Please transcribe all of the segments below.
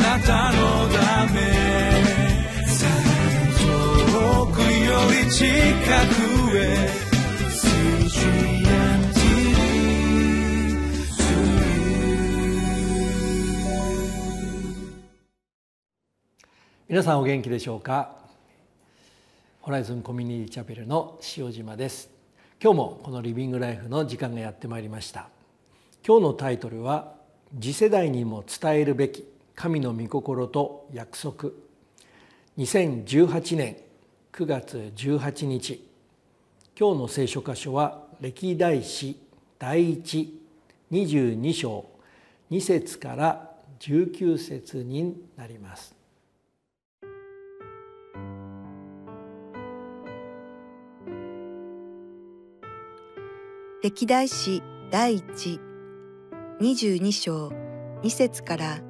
なたのため遠くより近くへ皆さんお元気でしょうか。ホライズンコミュニティチャペルの塩島です。今日もこのリビングライフの時間がやってまいりました。今日のタイトルは次世代にも伝えるべき神の御心と約束。2018年9月18日、今日の聖書箇所は歴代史第122章2節から19節になります。 歴代史第1、22章2節から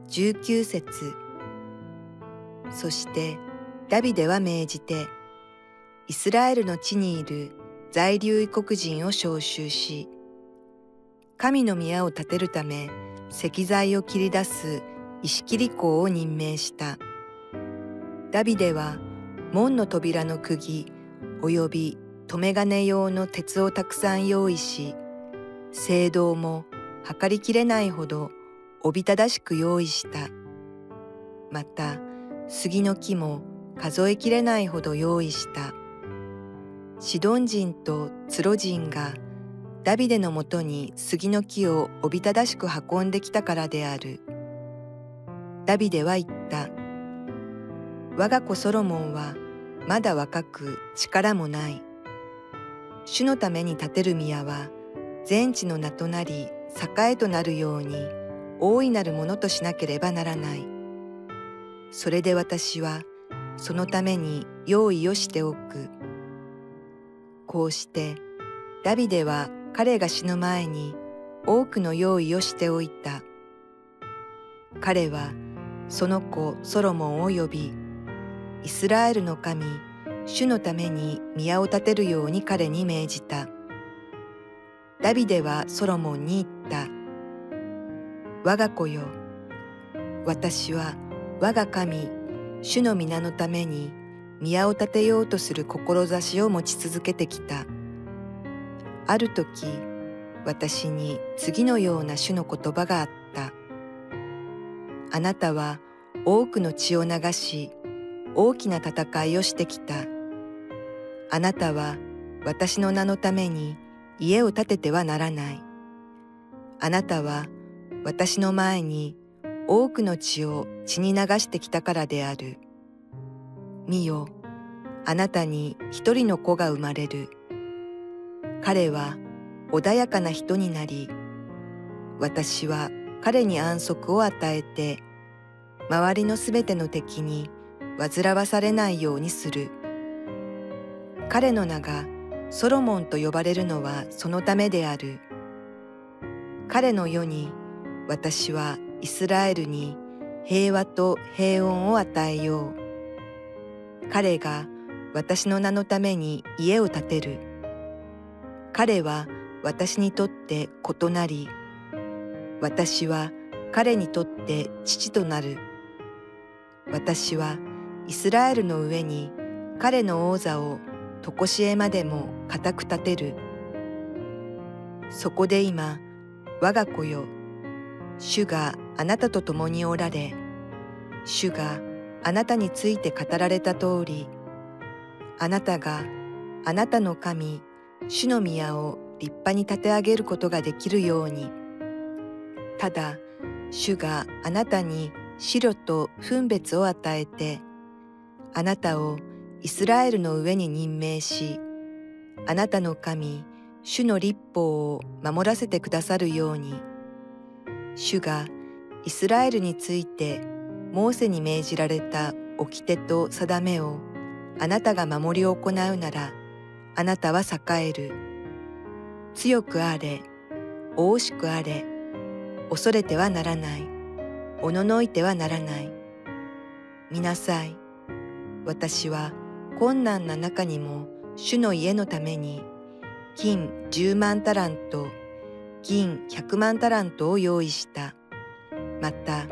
19節。そしてダビデは命じて、イスラエルの地にいる在留異国人を召集し、神の宮を建てるため石材を切り出す石切り工を任命した。ダビデは門の扉の釘および留め金用の鉄をたくさん用意し、青銅も測りきれないほどおびただしく用意した。また杉の木も数えきれないほど用意した。シドン人とツロ人がダビデのもとに杉の木をおびただしく運んできたからである。ダビデは言った。我が子ソロモンはまだ若く力もない。主のために建てる宮は全地の名となり栄となるように大いなるものとしなければならない。それで私はそのために用意をしておく。こうしてダビデは彼が死ぬ前に多くの用意をしておいた。彼はその子ソロモンを呼び、イスラエルの神主のために宮を建てるように彼に命じた。ダビデはソロモンに言った。我が子よ、私は我が神主の皆のために宮を建てようとする志を持ち続けてきた。ある時、私に次のような主の言葉があった。あなたは多くの血を流し、大きな戦いをしてきた。あなたは私の名のために家を建ててはならない。あなたは私の前に多くの血を血に流してきたからである。見よ、あなたに一人の子が生まれる。彼は穏やかな人になり、私は彼に安息を与えて、周りのすべての敵に煩わされないようにする。彼の名がソロモンと呼ばれるのはそのためである。彼の世に私はイスラエルに平和と平穏を与えよう。彼が私の名のために家を建てる。彼は私にとって子となり、私は彼にとって父となる。私はイスラエルの上に彼の王座をとこしえまでも固く立てる。そこで今、我が子よ、主があなたと共におられ、主があなたについて語られた通り、あなたがあなたの神、主の宮を立派に立て上げることができるように、ただ、主があなたに白と分別を与えて、あなたをイスラエルの上に任命し、あなたの神、主の律法を守らせてくださるように、主がイスラエルについてモーセに命じられた掟と定めをあなたが守り行うなら、あなたは栄える。強くあれ、大しくあれ、恐れてはならない、おののいてはならない。見なさい、私は困難な中にも主の家のために金10万タラント、銀100万タラントを用意した。また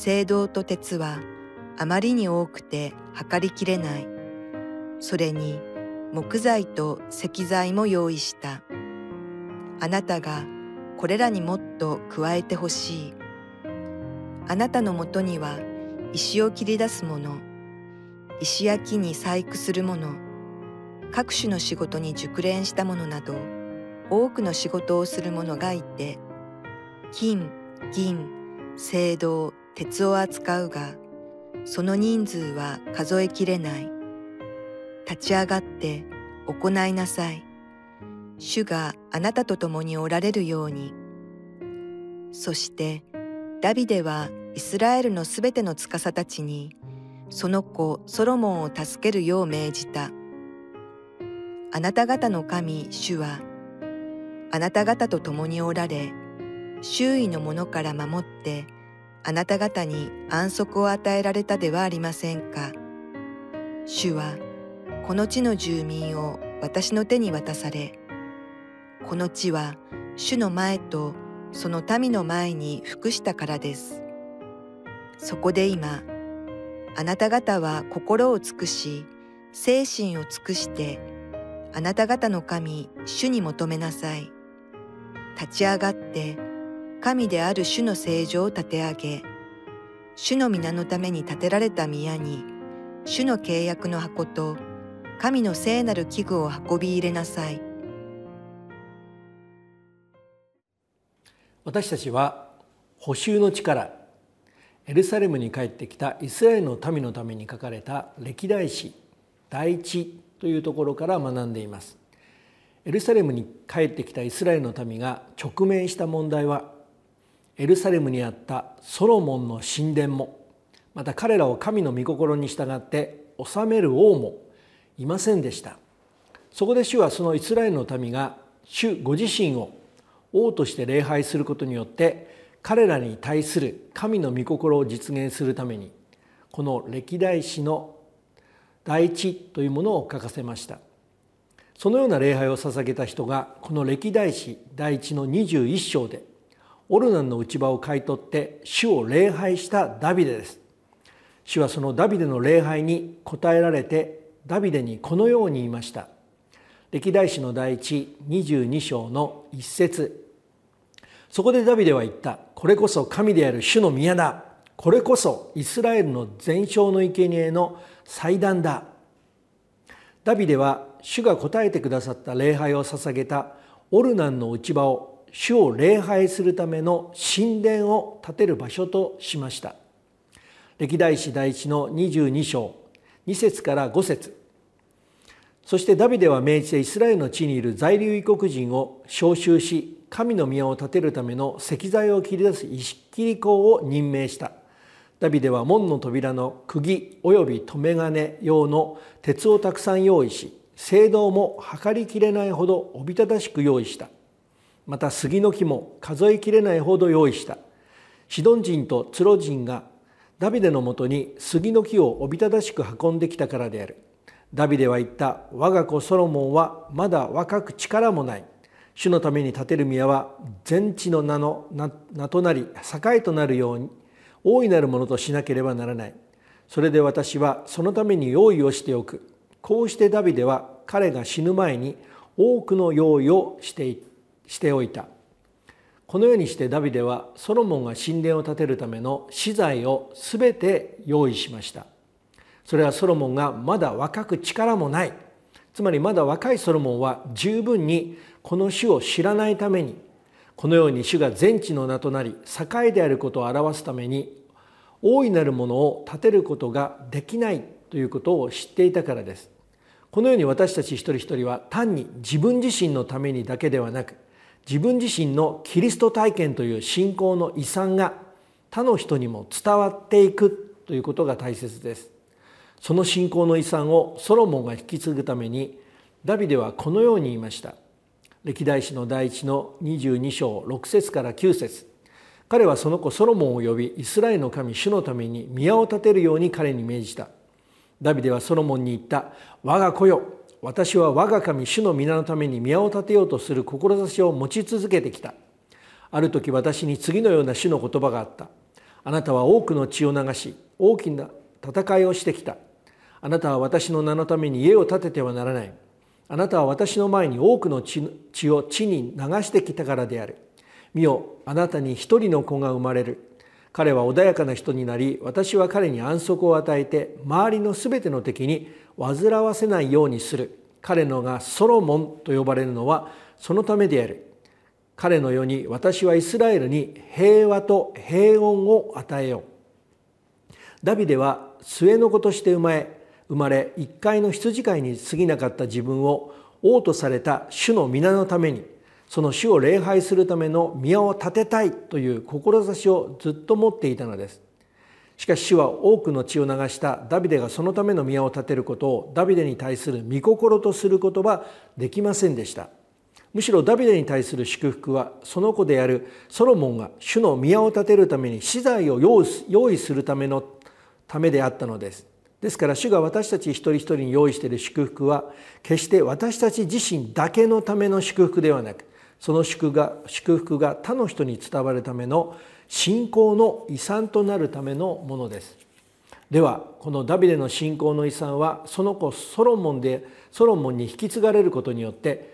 青銅と鉄はあまりに多くて測りきれない。それに木材と石材も用意した。あなたがこれらにもっと加えてほしい。あなたのもとには石を切り出す者、石や木に細工する者、各種の仕事に熟練した者など、多くの仕事をする者がいて、金、銀、青銅、鉄を扱うが、その人数は数えきれない。立ち上がって行いなさい。主があなたと共におられるように。そしてダビデはイスラエルのすべての司たちにその子ソロモンを助けるよう命じた。あなた方の神主はあなた方と共におられ、周囲の者から守ってあなた方に安息を与えられたではありませんか。主はこの地の住民を私の手に渡され、この地は主の前とその民の前に服したからです。そこで今、あなた方は心を尽くし、精神を尽くして、あなた方の神、主に求めなさい。立ち上がって、神である主の聖所を立て上げ、主の皆のために建てられた宮に、主の契約の箱と、神の聖なる器具を運び入れなさい。 私たちは捕囚の地からエルサレムに帰ってきたイスラエルの民のために書かれた歴代史第一というところから学んでいます。エルサレムに帰ってきたイスラエルの民が直面した問題は、エルサレムにあったソロモンの神殿も、また彼らを神の御心に従って治める王もいませんでした。そこで主はそのイスラエルの民が主ご自身を王として礼拝することによって彼らに対する神の御心を実現するために、この歴代史の第一というものを書かせました。そのような礼拝を捧げた人がこの歴代史第一の21章でオルナンの内場を買い取って主を礼拝したダビデです。主はそのダビデの礼拝に応えられてダビデにこのように言いました。歴代史の第一22章の1節。そこでダビデは言った。これこそ神である主の宮だ。これこそイスラエルの全焼の生贄の祭壇だ。ダビデは主が答えてくださった礼拝を捧げたオルナンの内場を主を礼拝するための神殿を建てる場所としました。歴代史第一の22章2節から5節。そしてダビデは命じてイスラエルの地にいる在留異国人を召集し、神の宮を建てるための石材を切り出す石切り工を任命した。ダビデは門の扉の釘および留め金用の鉄をたくさん用意し、青銅も測りきれないほどおびただしく用意した。また杉の木も数えきれないほど用意した。シドン人とツロ人がダビデのもとに杉の木をおびただしく運んできたからである。ダビデは言った。我が子ソロモンはまだ若く力もない。主のために建てる宮は全地の名となり栄となるように大いなるものとしなければならない。それで私はそのために用意をしておく。こうしてダビデは彼が死ぬ前に多くの用意をしておいた。このようにしてダビデはソロモンが神殿を建てるための資材をすべて用意しました。それはソロモンがまだ若く力もない、つまりまだ若いソロモンは十分にこの主を知らないために、このように主が全地の名となり栄であることを表すために大いなるものを建てることができないということを知っていたからです。このように私たち一人一人は単に自分自身のためにだけではなく、自分自身のキリスト体験という信仰の遺産が他の人にも伝わっていくということが大切です。その信仰の遺産をソロモンが引き継ぐためにダビデはこのように言いました。歴代史の第一の22章6節から9節。彼はその子ソロモンを呼び、イスラエルの神主のために宮を建てるように彼に命じた。ダビデはソロモンに言った。我が子よ、私は我が神主の皆のために宮を建てようとする志を持ち続けてきた。ある時私に次のような主の言葉があった。 あなたは多くの血を流し、大きな戦いをしてきた。あなたは私の名のために家を建ててはならない。あなたは私の前に多くの血を地に流してきたからである。見よ、あなたに一人の子が生まれる。彼は穏やかな人になり、私は彼に安息を与えて、周りのすべての敵に煩わせないようにする。彼のがソロモンと呼ばれるのはそのためである。彼の世に私はイスラエルに平和と平穏を与えよう。ダビデは末の子として生まれ、一回の羊飼いに過ぎなかった自分を王とされた主の皆のために、その主を礼拝するための宮を建てたいという志をずっと持っていたのです。しかし主は多くの血を流したダビデがそのための宮を建てることをダビデに対する御心とすることはできませんでした。むしろダビデに対する祝福は、その子であるソロモンが主の宮を建てるために資材を用意するためであったのです。ですから主が私たち一人一人に用意している祝福は、決して私たち自身だけのための祝福ではなく、その祝福が他の人に伝わるための信仰の遺産となるためのものです。ではこのダビデの信仰の遺産は、その子ソロモンに引き継がれることによって、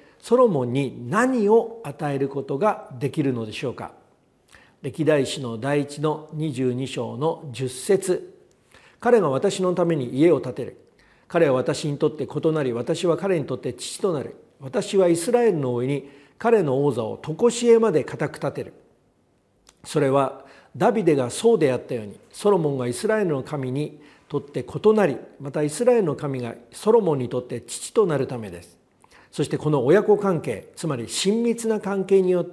ソロモンに何を与えることができるのでしょうか。歴代史の第1の22章の10節。彼が私のために家を建てる。彼は私にとって異なり、私は彼にとって父となる。私はイスラエルの上に彼の王座を常しえまで固く立てる。それはダビデがそうであったように、ソロモンがイスラエルの神にとって異なり、またイスラエルの神がソロモンにとって父となるためです。そしてこの親子関係、つまり親密な関係によって、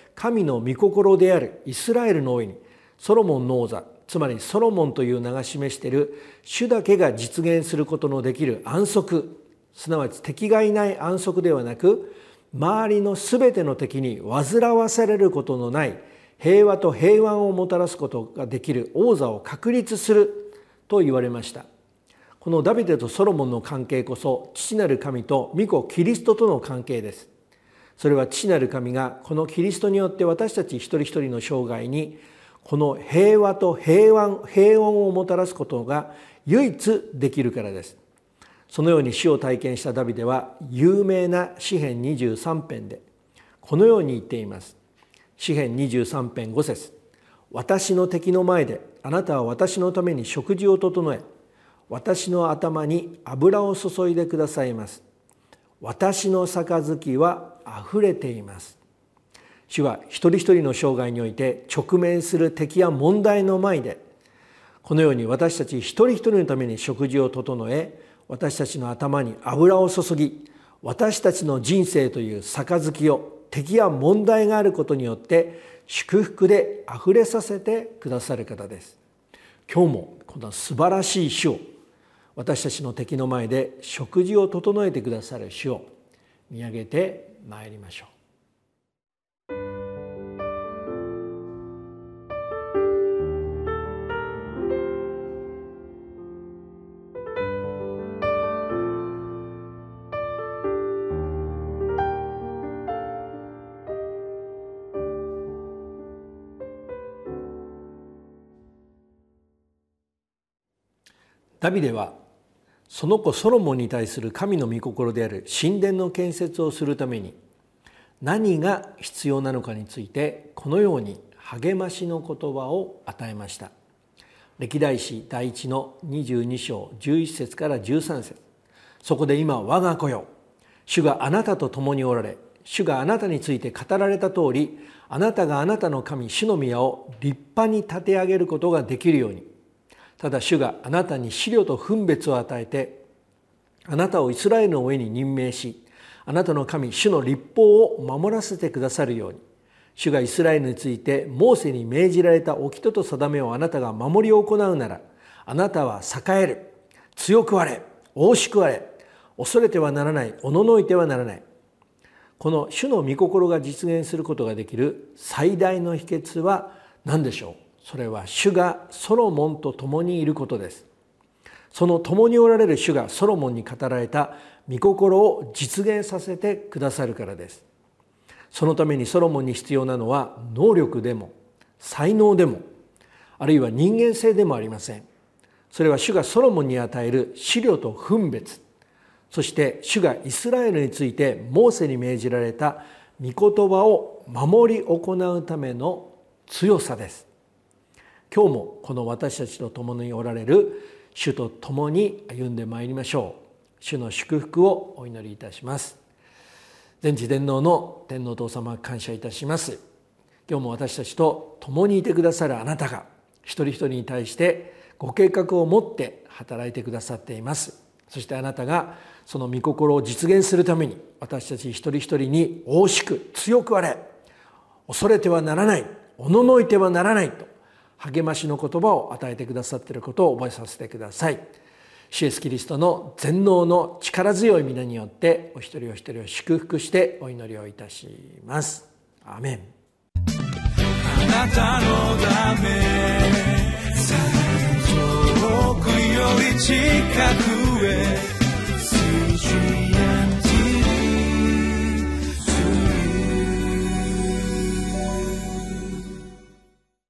神の御心であるイスラエルの上にソロモンの王座、つまりソロモンという名が示している主だけが実現することのできる安息、すなわち敵がいない安息ではなく、周りのすべての敵に煩わされることのない平和と平安をもたらすことができる王座を確立すると言われました。このダビデとソロモンの関係こそ、父なる神と御子キリストとの関係です。それは父なる神がこのキリストによって私たち一人一人の生涯にこの平和と平穏をもたらすことが唯一できるからです。そのように死を体験したダビデは、有名な詩編23編でこのように言っています。詩編23編5節。私の敵の前であなたは私のために食事を整え、私の頭に油を注いでくださいます。私の杯はあふれています。主は一人一人の生涯において直面する敵や問題の前で、このように私たち一人一人のために食事を整え、私たちの頭に油を注ぎ、私たちの人生という杯を敵や問題があることによって祝福であふれさせてくださる方です。今日もこの素晴らしい主を、私たちの敵の前で食事を整えてくださる主を見上げてまいりましょう。ダビデはその子ソロモンに対する神の御心である神殿の建設をするために何が必要なのかについて、このように励ましの言葉を与えました。歴代史第1の22章11節から13節。そこで今我が子よ、主があなたと共におられ、主があなたについて語られた通り、あなたがあなたの神主の宮を立派に建て上げることができるように、ただ主があなたに資料と分別を与えて、あなたをイスラエルの上に任命し、あなたの神主の立法を守らせてくださるように、主がイスラエルについてモーセに命じられた掟と定めをあなたが守り行うなら、あなたは栄える、強くあれ、大しくあれ、恐れてはならない、おののいてはならない。この主の御心が実現することができる最大の秘訣は何でしょう。それは主がソロモンと共にいることです。その共におられる主がソロモンに語られた御心を実現させてくださるからです。そのためにソロモンに必要なのは能力でも才能でも、 あるいは人間性でもありません。それは主がソロモンに与える思慮と分別、そして主がイスラエルについてモーセに命じられた御言葉を守り行うための強さです。今日もこの私たちと共におられる主と共に歩んでまいりましょう。主の祝福をお祈りいたします。全知全能の天皇お父様、感謝いたします。今日も私たちと共にいてくださるあなたが一人一人に対してご計画を持って働いてくださっています。そしてあなたがその御心を実現するために私たち一人一人に大しく強くあれ、恐れてはならない、おののいてはならないと励ましの言葉を与えてくださっていることを覚えさせてください。主イエスキリストの全能の力強い皆によってお一人お一人を祝福してお祈りをいたします。アーメン。 あなたのため遠くより近くへ